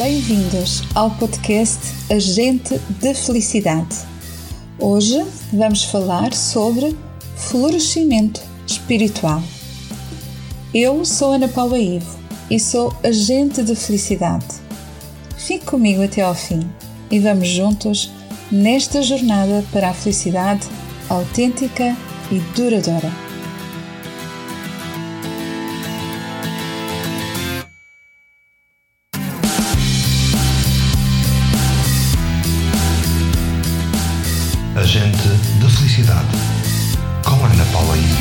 Bem-vindos ao podcast Agente de Felicidade. Hoje vamos falar sobre florescimento espiritual. Eu sou Ana Paula Ivo e sou Agente de Felicidade. Fique comigo até ao fim e vamos juntos nesta jornada para a felicidade autêntica e duradoura. Agente de Felicidade, com Ana Paula Ivo.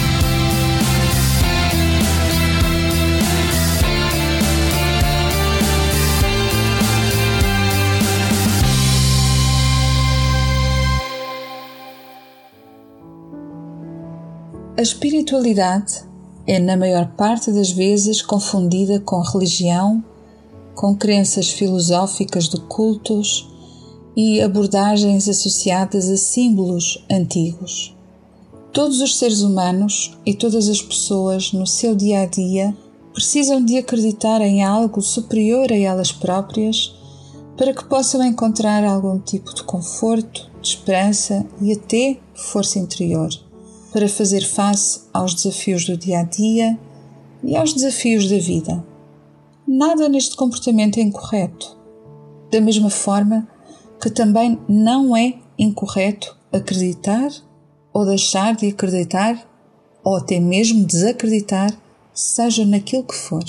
A espiritualidade é, na maior parte das vezes, confundida com religião, com crenças filosóficas de cultos e abordagens associadas a símbolos antigos. Todos os seres humanos e todas as pessoas no seu dia-a-dia precisam de acreditar em algo superior a elas próprias para que possam encontrar algum tipo de conforto, de esperança e até força interior para fazer face aos desafios do dia-a-dia e aos desafios da vida. Nada neste comportamento é incorreto. Da mesma forma que também não é incorreto acreditar ou deixar de acreditar ou até mesmo desacreditar, seja naquilo que for.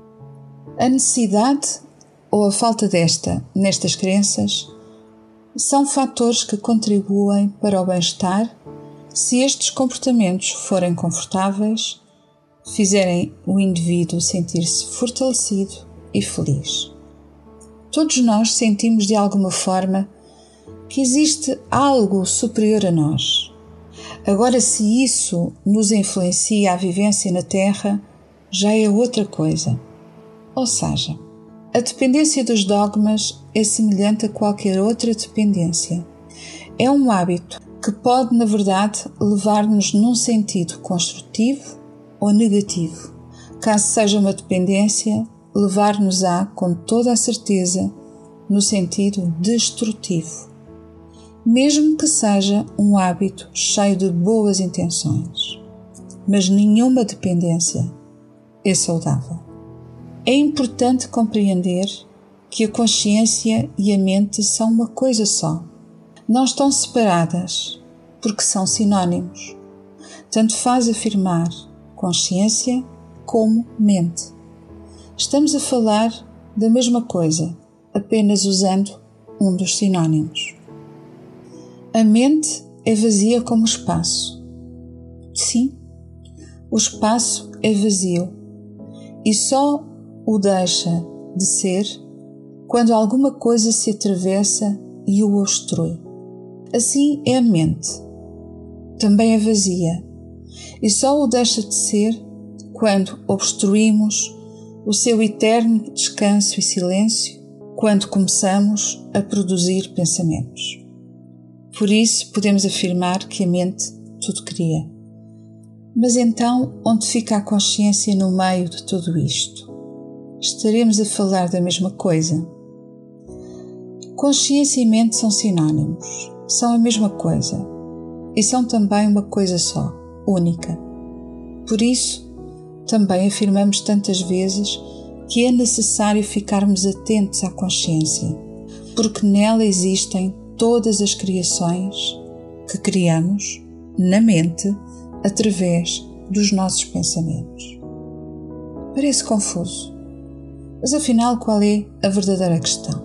A necessidade ou a falta nestas crenças são fatores que contribuem para o bem-estar se estes comportamentos forem confortáveis, fizerem o indivíduo sentir-se fortalecido e feliz. Todos nós sentimos de alguma forma que existe algo superior a nós. Agora, se isso nos influencia a vivência na Terra, já é outra coisa. Ou seja, a dependência dos dogmas é semelhante a qualquer outra dependência. É um hábito que pode, na verdade, levar-nos num sentido construtivo ou negativo. Caso seja uma dependência, levar-nos-á, com toda a certeza, no sentido destrutivo, mesmo que seja um hábito cheio de boas intenções. Mas nenhuma dependência é saudável. É importante compreender que a consciência e a mente são uma coisa só. Não estão separadas, porque são sinónimos. Tanto faz afirmar consciência como mente. Estamos a falar da mesma coisa, apenas usando um dos sinónimos. A mente é vazia como o espaço. Sim, o espaço é vazio e só o deixa de ser quando alguma coisa se atravessa e o obstrui. Assim é a mente. Também é vazia e só o deixa de ser quando obstruímos o seu eterno descanso e silêncio, quando começamos a produzir pensamentos. Por isso podemos afirmar que a mente tudo cria. Mas então, onde fica a consciência no meio de tudo isto? Estaremos a falar da mesma coisa? Consciência e mente são sinónimos, são a mesma coisa e são também uma coisa só, única. Por isso, também afirmamos tantas vezes que é necessário ficarmos atentos à consciência, porque nela existem todas as criações que criamos na mente através dos nossos pensamentos. Parece confuso, mas afinal qual é a verdadeira questão?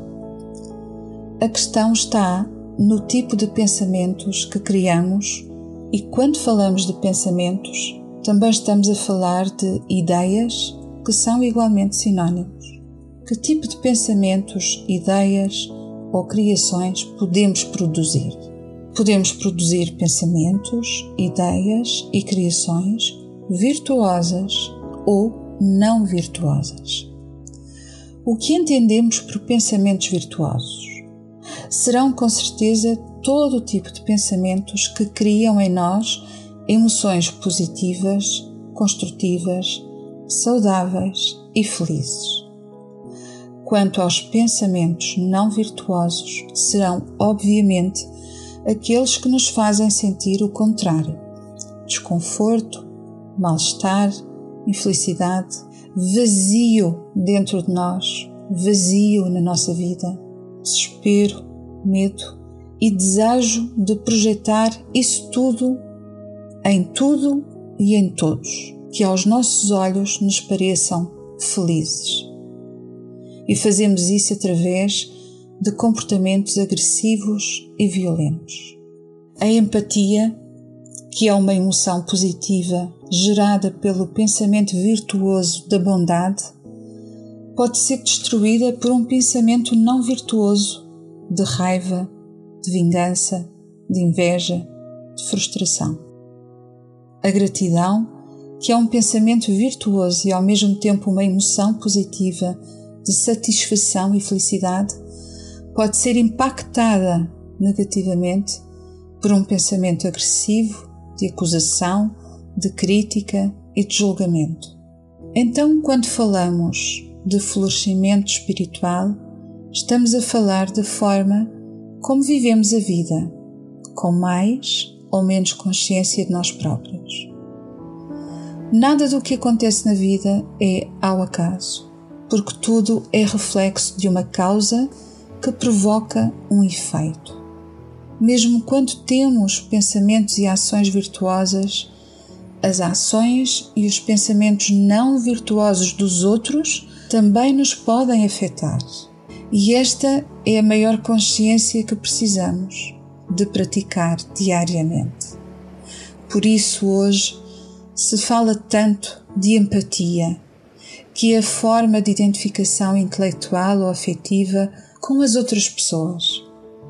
A questão está no tipo de pensamentos que criamos e quando falamos de pensamentos, também estamos a falar de ideias que são igualmente sinónimos. Que tipo de pensamentos, ideias ou criações podemos produzir? Podemos produzir pensamentos, ideias e criações virtuosas ou não virtuosas. O que entendemos por pensamentos virtuosos? Serão com certeza todo o tipo de pensamentos que criam em nós emoções positivas, construtivas, saudáveis e felizes. Quanto aos pensamentos não virtuosos, serão, obviamente, aqueles que nos fazem sentir o contrário: desconforto, mal-estar, infelicidade, vazio dentro de nós, vazio na nossa vida, desespero, medo e desejo de projetar isso tudo e em todos, que aos nossos olhos nos pareçam felizes. E fazemos isso através de comportamentos agressivos e violentos. A empatia, que é uma emoção positiva gerada pelo pensamento virtuoso da bondade, pode ser destruída por um pensamento não virtuoso de raiva, de vingança, de inveja, de frustração. A gratidão, que é um pensamento virtuoso e ao mesmo tempo uma emoção positiva de satisfação e felicidade, pode ser impactada negativamente por um pensamento agressivo, de acusação, de crítica e de julgamento. Então, quando falamos de florescimento espiritual, estamos a falar da forma como vivemos a vida, com mais ou menos consciência de nós próprios. Nada do que acontece na vida é ao acaso, porque tudo é reflexo de uma causa que provoca um efeito. Mesmo quando temos pensamentos e ações virtuosas, as ações e os pensamentos não virtuosos dos outros também nos podem afetar. E esta é a maior consciência que precisamos de praticar diariamente. Por isso hoje se fala tanto de empatia, que é a forma de identificação intelectual ou afetiva com as outras pessoas.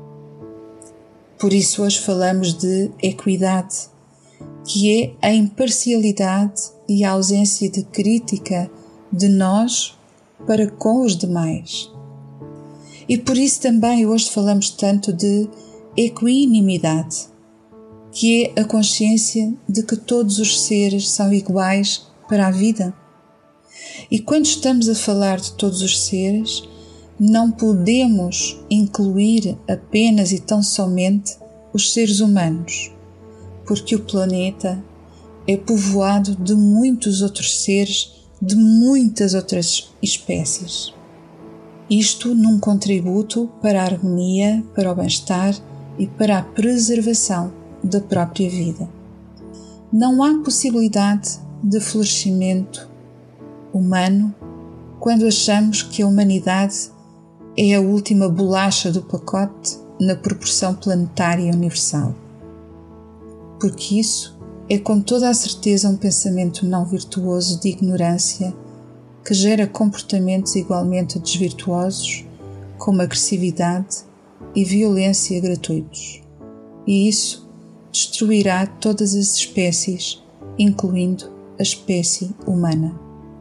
Por isso hoje falamos de equidade, que é a imparcialidade e a ausência de crítica de nós para com os demais. E por isso também hoje falamos tanto de equanimidade, que é a consciência de que todos os seres são iguais para a vida. E quando estamos a falar de todos os seres, não podemos incluir apenas e tão somente os seres humanos, porque o planeta é povoado de muitos outros seres, de muitas outras espécies. Isto num contributo para a harmonia, para o bem-estar e para a preservação da própria vida. Não há possibilidade de florescimento humano quando achamos que a humanidade é a última bolacha do pacote na proporção planetária universal. Porque isso é com toda a certeza um pensamento não virtuoso de ignorância que gera comportamentos igualmente desvirtuosos, como agressividade e violência gratuitos. E isso destruirá todas as espécies, incluindo a espécie humana.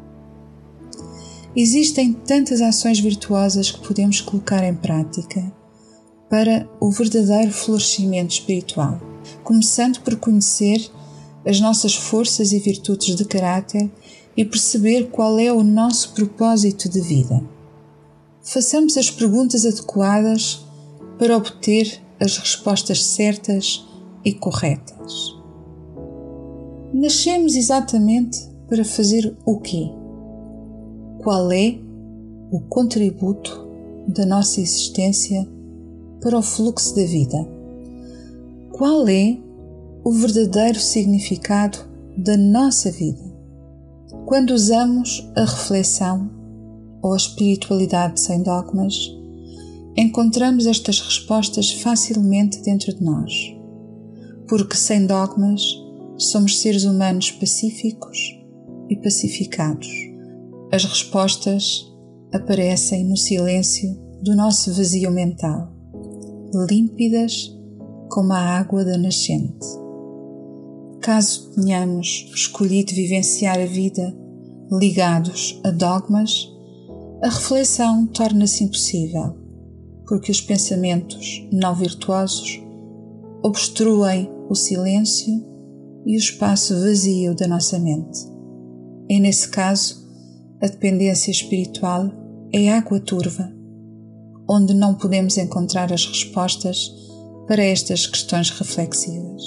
Existem tantas ações virtuosas que podemos colocar em prática para o verdadeiro florescimento espiritual, começando por conhecer as nossas forças e virtudes de caráter e perceber qual é o nosso propósito de vida. Façamos as perguntas adequadas para obter as respostas certas e corretas. Nascemos exatamente para fazer o quê? Qual é o contributo da nossa existência para o fluxo da vida? Qual é o verdadeiro significado da nossa vida? Quando usamos a reflexão ou a espiritualidade sem dogmas, encontramos estas respostas facilmente dentro de nós, porque sem dogmas somos seres humanos pacíficos e pacificados. As respostas aparecem no silêncio do nosso vazio mental, límpidas como a água da nascente. Caso tenhamos escolhido vivenciar a vida ligados a dogmas, a reflexão torna-se impossível, porque os pensamentos não virtuosos obstruem o silêncio e o espaço vazio da nossa mente. E nesse caso, a dependência espiritual é água turva, onde não podemos encontrar as respostas para estas questões reflexivas.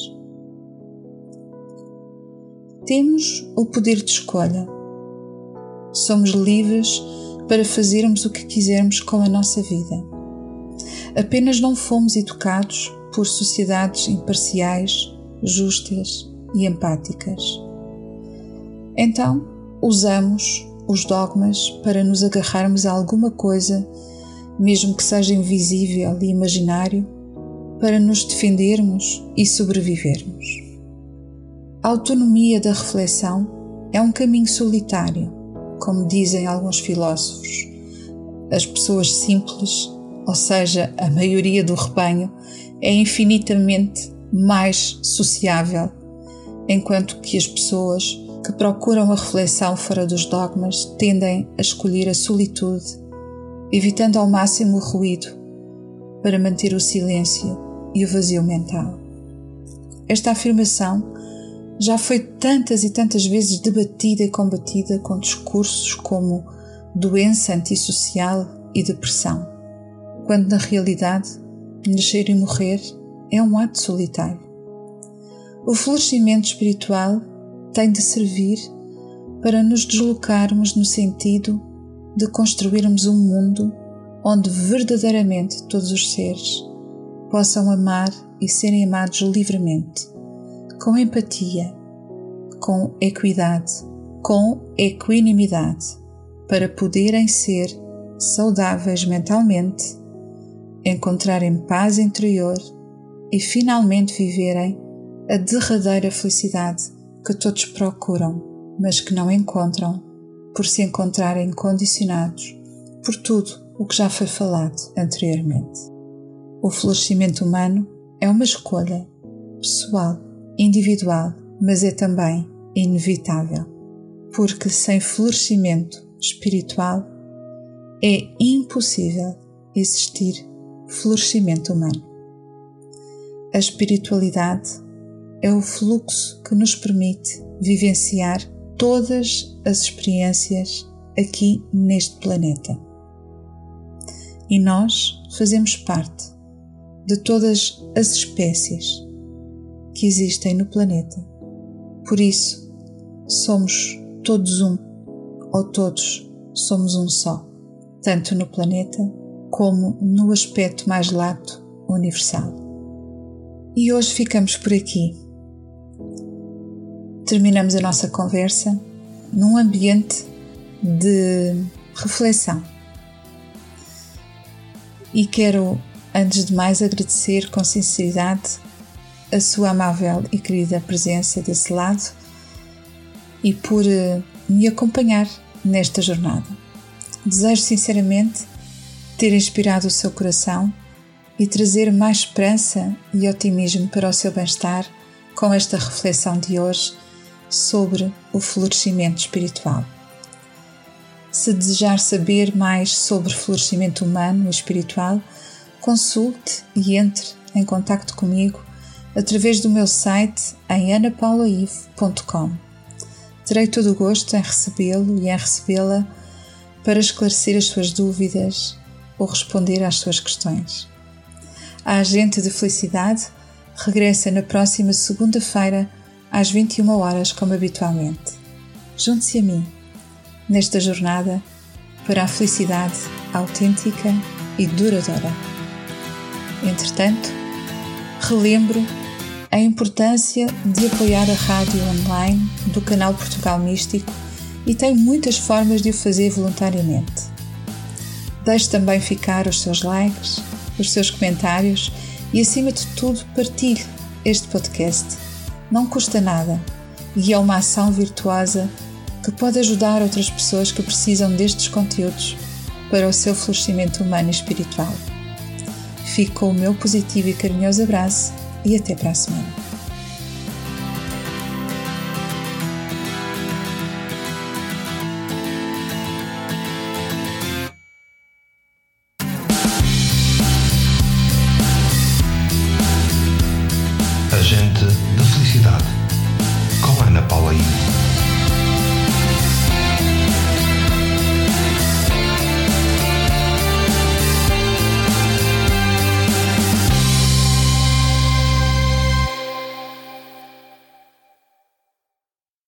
Temos o poder de escolha. Somos livres para fazermos o que quisermos com a nossa vida. Apenas não fomos educados por sociedades imparciais, justas e empáticas. Então, usamos os dogmas para nos agarrarmos a alguma coisa, mesmo que seja invisível e imaginário, para nos defendermos e sobrevivermos. A autonomia da reflexão é um caminho solitário, como dizem alguns filósofos. As pessoas simples, ou seja, a maioria do rebanho, é infinitamente mais sociável, enquanto que as pessoas que procuram a reflexão fora dos dogmas tendem a escolher a solitude, evitando ao máximo o ruído para manter o silêncio e o vazio mental. Esta afirmação já foi tantas e tantas vezes debatida e combatida com discursos como doença antissocial e depressão, quando na realidade nascer e morrer é um ato solitário. O florescimento espiritual tem de servir para nos deslocarmos no sentido de construirmos um mundo onde verdadeiramente todos os seres possam amar e serem amados livremente, com empatia, com equidade, com equanimidade, para poderem ser saudáveis mentalmente, encontrarem paz interior e finalmente viverem a derradeira felicidade que todos procuram, mas que não encontram por se encontrarem condicionados por tudo o que já foi falado anteriormente. O florescimento humano é uma escolha pessoal, individual, mas é também inevitável, porque sem florescimento espiritual é impossível existir florescimento humano. A espiritualidade é o fluxo que nos permite vivenciar todas as experiências aqui neste planeta. E nós fazemos parte de todas as espécies que existem no planeta. Por isso, somos todos um, ou todos somos um só, tanto no planeta como no aspecto mais lato, universal. E hoje ficamos por aqui. Terminamos a nossa conversa num ambiente de reflexão. E quero, antes de mais, agradecer com sinceridade a sua amável e querida presença desse lado e por me acompanhar nesta jornada. Desejo sinceramente ter inspirado o seu coração e trazer mais esperança e otimismo para o seu bem-estar com esta reflexão de hoje sobre o florescimento espiritual. Se desejar saber mais sobre florescimento humano e espiritual, consulte e entre em contacto comigo através do meu site em anapaulaive.com. Terei todo o gosto em recebê-lo e em recebê-la para esclarecer as suas dúvidas ou responder às suas questões. A Agente de Felicidade regressa na próxima segunda-feira às 21 horas, como habitualmente. Junte-se a mim nesta jornada para a felicidade autêntica e duradoura. Entretanto, relembro a importância de apoiar a rádio online do canal Portugal Místico e tem muitas formas de o fazer voluntariamente. Deixe também ficar os seus likes, os seus comentários e, acima de tudo, partilhe este podcast. Não custa nada e é uma ação virtuosa que pode ajudar outras pessoas que precisam destes conteúdos para o seu florescimento humano e espiritual. Fico com o meu positivo e carinhoso abraço e até para a semana.